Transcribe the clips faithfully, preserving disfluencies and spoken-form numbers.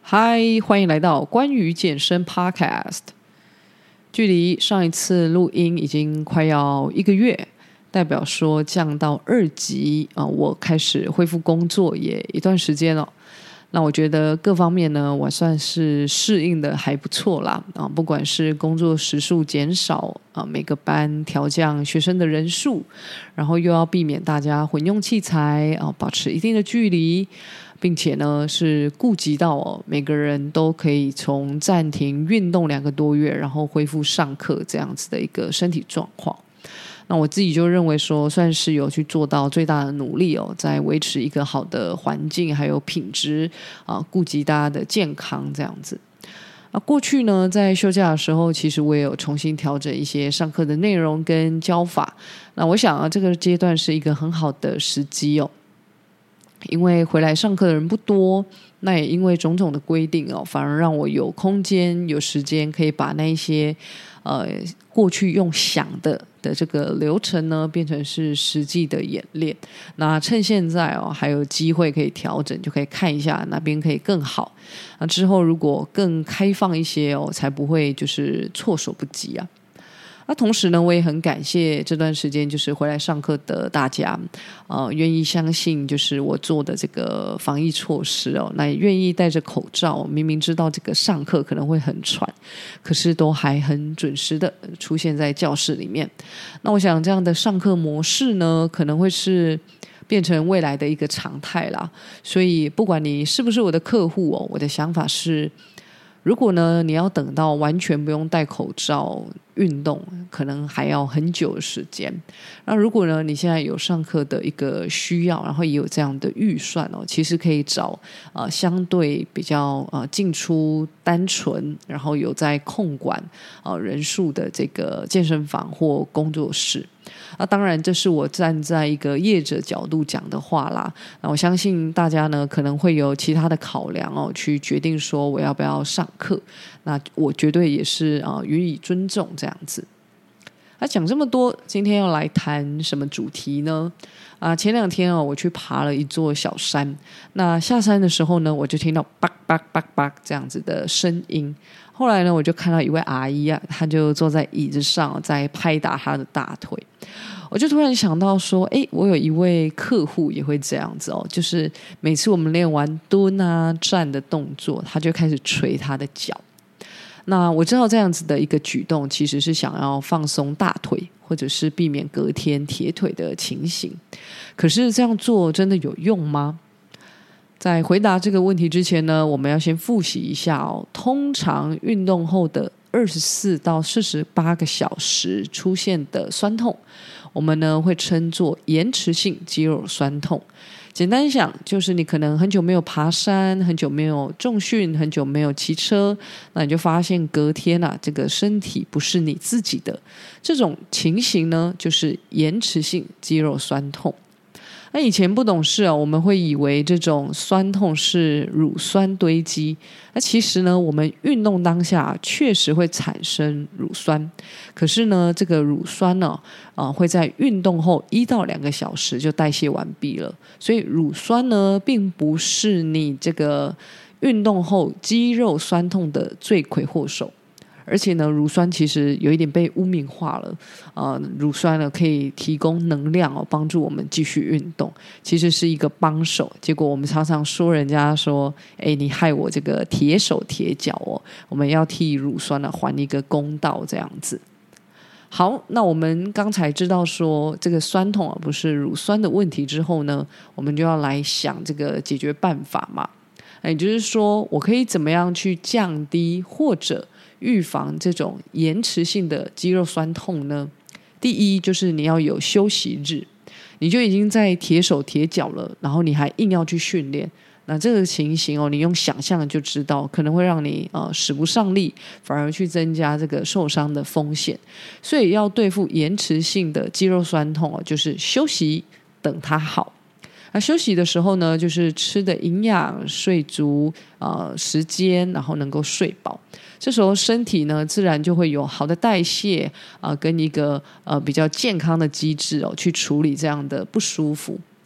嗨，欢迎来到关于健身 Podcast。距离上一次录音已经快要一个月，代表说降到二级啊、呃，我开始恢复工作也一段时间了。那我觉得各方面呢，我算是适应的还不错啦啊，不管是工作时数减少啊，每个班调降学生的人数，然后又要避免大家混用器材啊，保持一定的距离。并且呢，是顾及到哦，每个人都可以从暂停运动两个多月，然后恢复上课这样子的一个身体状况。那我自己就认为说，算是有去做到最大的努力哦，在维持一个好的环境还有品质啊，顾及大家的健康这样子。啊，过去呢，在休假的时候，其实我也有重新调整一些上课的内容跟教法。那我想啊，这个阶段是一个很好的时机哦。因为回来上课的人不多，那也因为种种的规定哦，反而让我有空间有时间可以把那一些呃过去用想的的这个流程呢，变成是实际的演练。那趁现在哦还有机会可以调整，就可以看一下哪边可以更好。那之后如果更开放一些哦，才不会就是措手不及啊。那同时呢，我也很感谢这段时间就是回来上课的大家，呃，愿意相信就是我做的这个防疫措施哦，那也愿意戴着口罩，明明知道这个上课可能会很喘，可是都还很准时的出现在教室里面。那我想这样的上课模式呢，可能会是变成未来的一个常态啦。所以不管你是不是我的客户哦，我的想法是，如果呢你要等到完全不用戴口罩运动，可能还要很久的时间。那如果呢你现在有上课的一个需要，然后也有这样的预算哦，其实可以找呃相对比较呃进出单纯，然后有在控管呃人数的这个健身房或工作室。那当然这是我站在一个业者角度讲的话啦，那我相信大家呢可能会有其他的考量哦，去决定说我要不要上课。那我绝对也是啊、呃、予以尊重这样子。那讲这么多，今天要来谈什么主题呢？啊、前两天哦，我去爬了一座小山。那下山的时候呢，我就听到叭叭叭叭这样子的声音。后来呢，我就看到一位阿姨啊，她就坐在椅子上，在拍打她的大腿。我就突然想到说，诶，我有一位客户也会这样子哦，就是每次我们练完蹲啊、站的动作，他就开始捶他的脚。那我知道这样子的一个举动其实是想要放松大腿，或者是避免隔天铁腿的情形。可是这样做真的有用吗？在回答这个问题之前呢，我们要先复习一下哦。通常运动后的二十四到四十八个小时出现的酸痛，我们呢会称作延迟性肌肉酸痛。简单想，就是你可能很久没有爬山，很久没有重训，很久没有骑车，那你就发现隔天啊，这个身体不是你自己的。这种情形呢，就是延迟性肌肉酸痛。那以前不懂事啊，我们会以为这种酸痛是乳酸堆积。那其实呢，我们运动当下确实会产生乳酸，可是呢，这个乳酸呢，呃，会在运动后一到两个小时就代谢完毕了。所以乳酸呢，并不是你这个运动后肌肉酸痛的罪魁祸首。而且呢，乳酸其实有一点被污名化了。呃，乳酸呢可以提供能量哦，帮助我们继续运动，其实是一个帮手。结果我们常常说人家说，哎，你害我这个铁手铁脚哦，我们要替乳酸呢还一个公道这样子。好，那我们刚才知道说这个酸痛啊不是乳酸的问题之后呢，我们就要来想这个解决办法嘛。也就是说，我可以怎么样去降低或者预防这种延迟性的肌肉酸痛呢？第一，就是你要有休息日。你就已经在铁手铁脚了，然后你还硬要去训练，那这个情形哦，你用想象就知道，可能会让你呃使不上力，反而去增加这个受伤的风险。所以要对付延迟性的肌肉酸痛哦，就是休息，等它好。那休息的时候呢，就是吃的营养、睡足呃时间，然后能够睡饱。这时候身体呢，自然就会有好的代谢啊、呃，跟一个呃比较健康的机制哦，去处理这样的不舒服。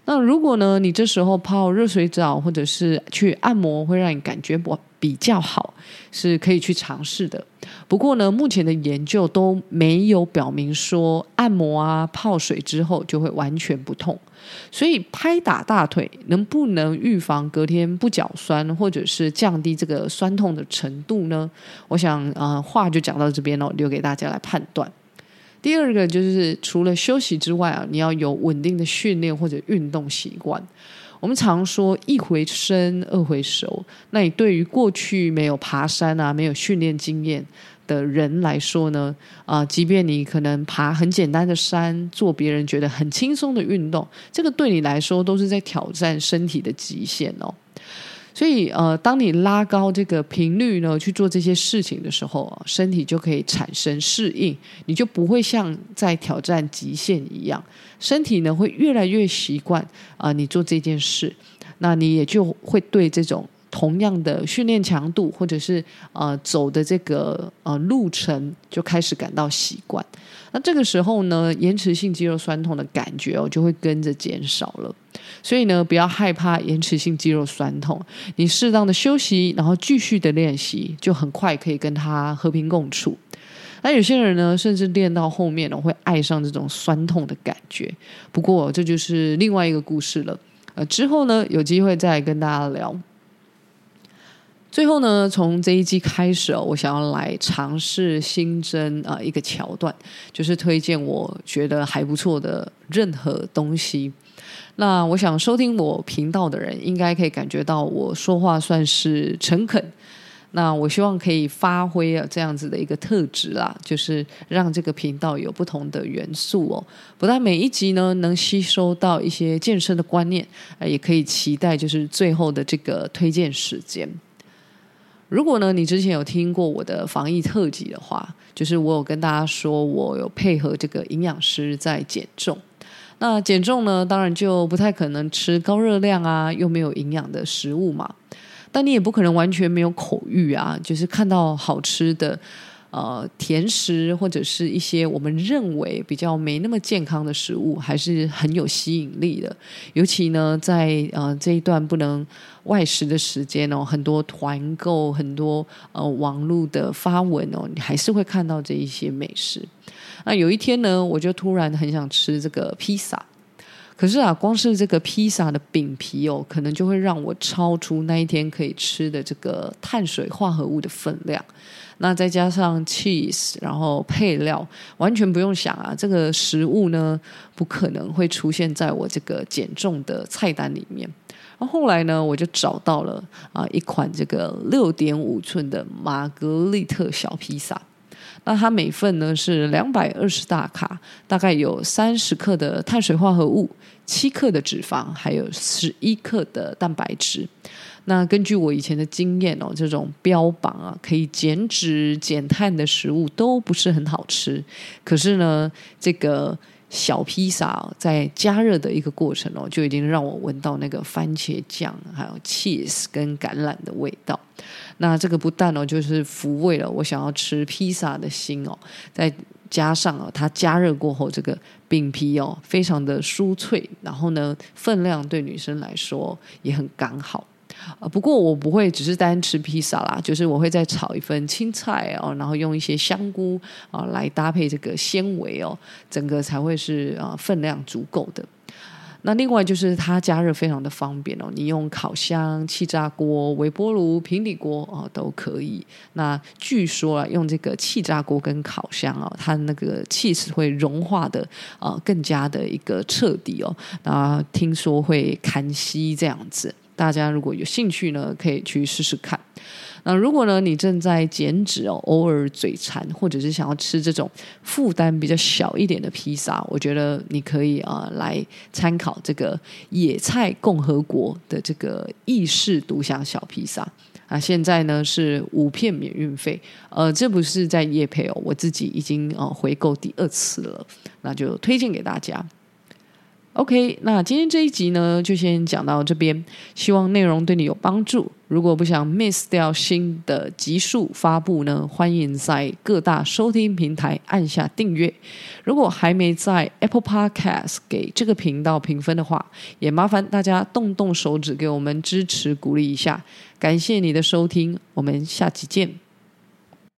那如果呢，你这时候泡热水澡或者是去按摩会让你感觉比较好，是可以去尝试的。不过呢，目前的研究都没有表明说按摩啊、泡水之后就会完全不痛。所以拍打大腿能不能预防隔天不脚酸，或者是降低这个酸痛的程度呢？我想呃，话就讲到这边了，留给大家来判断。第二个就是除了休息之外啊，你要有稳定的训练或者运动习惯。我们常说一回生二回熟，那你对于过去没有爬山啊、没有训练经验的人来说呢，啊、呃，即便你可能爬很简单的山，做别人觉得很轻松的运动，这个对你来说都是在挑战身体的极限哦。所以呃，当你拉高这个频率呢，去做这些事情的时候，身体就可以产生适应，你就不会像在挑战极限一样，身体呢会越来越习惯啊、呃，你做这件事，那你也就会对这种同样的训练强度或者是呃走的这个呃路程就开始感到习惯。那这个时候呢，延迟性肌肉酸痛的感觉哦就会跟着减少了。所以呢，不要害怕延迟性肌肉酸痛，你适当的休息，然后继续的练习，就很快可以跟它和平共处。那有些人呢，甚至练到后面呢，会爱上这种酸痛的感觉。不过这就是另外一个故事了。呃，之后呢，有机会再来跟大家聊。最后呢，从这一季开始哦，我想要来尝试新增啊、呃、一个桥段，就是推荐我觉得还不错的任何东西。那我想收听我频道的人应该可以感觉到我说话算是诚恳，那我希望可以发挥这样子的一个特质啦，就是让这个频道有不同的元素哦，不但每一集呢能吸收到一些健身的观念，也可以期待就是最后的这个推荐时间。如果呢你之前有听过我的防疫特辑的话，就是我有跟大家说我有配合这个营养师在减重。那减重呢，当然就不太可能吃高热量啊，又没有营养的食物嘛。但你也不可能完全没有口欲啊，就是看到好吃的呃甜食或者是一些我们认为比较没那么健康的食物，还是很有吸引力的。尤其呢，在呃这一段不能外食的时间哦，很多团购，很多呃网络的发文哦，你还是会看到这一些美食。那有一天呢，我就突然很想吃这个披萨，可是啊，光是这个披萨的饼皮哦，可能就会让我超出那一天可以吃的这个碳水化合物的分量。那再加上 cheese， 然后配料，完全不用想啊，这个食物呢不可能会出现在我这个减重的菜单里面。然后后来呢，我就找到了啊一款这个 六点五 寸的玛格丽特小披萨。那它每份呢是两百二十大卡，大概有三十克的碳水化合物，七克的脂肪，还有十一克的蛋白质。那根据我以前的经验哦，这种标榜啊可以减脂减碳的食物都不是很好吃。可是呢，这个小披萨在加热的一个过程哦，就已经让我闻到那个番茄酱、还有 cheese 跟橄榄的味道。那这个不但哦，就是抚慰了我想要吃披萨的心哦，再加上哦，它加热过后这个饼皮哦，非常的酥脆，然后呢，分量对女生来说也很刚好。呃，不过我不会只是单吃披萨啦，就是我会再炒一份青菜哦，然后用一些香菇啊、呃、来搭配这个纤维哦，整个才会是啊、呃、分量足够的。那另外就是它加热非常的方便哦，你用烤箱、气炸锅、微波炉、平底锅哦都可以。那据说啊，用这个气炸锅跟烤箱哦，它那个cheese会融化的啊、呃、更加的一个彻底哦。那听说会砍息这样子。大家如果有兴趣呢，可以去试试看。那如果呢你正在减脂哦，偶尔嘴馋，或者是想要吃这种负担比较小一点的披萨，我觉得你可以啊、呃、来参考这个野菜共和国的这个意式独享小披萨啊。现在呢是五片免运费，呃，这不是在业配哦，我自己已经呃回购第二次了，那就推荐给大家。 OK， 那今天这一集呢就先讲到这边，希望内容对你有帮助。如果不想 miss 掉新的集数发布呢，欢迎在各大收听平台按下订阅。如果还没在 Apple Podcast 给这个频道评分的话，也麻烦大家动动手指给我们支持鼓励一下。感谢你的收听，我们下期见。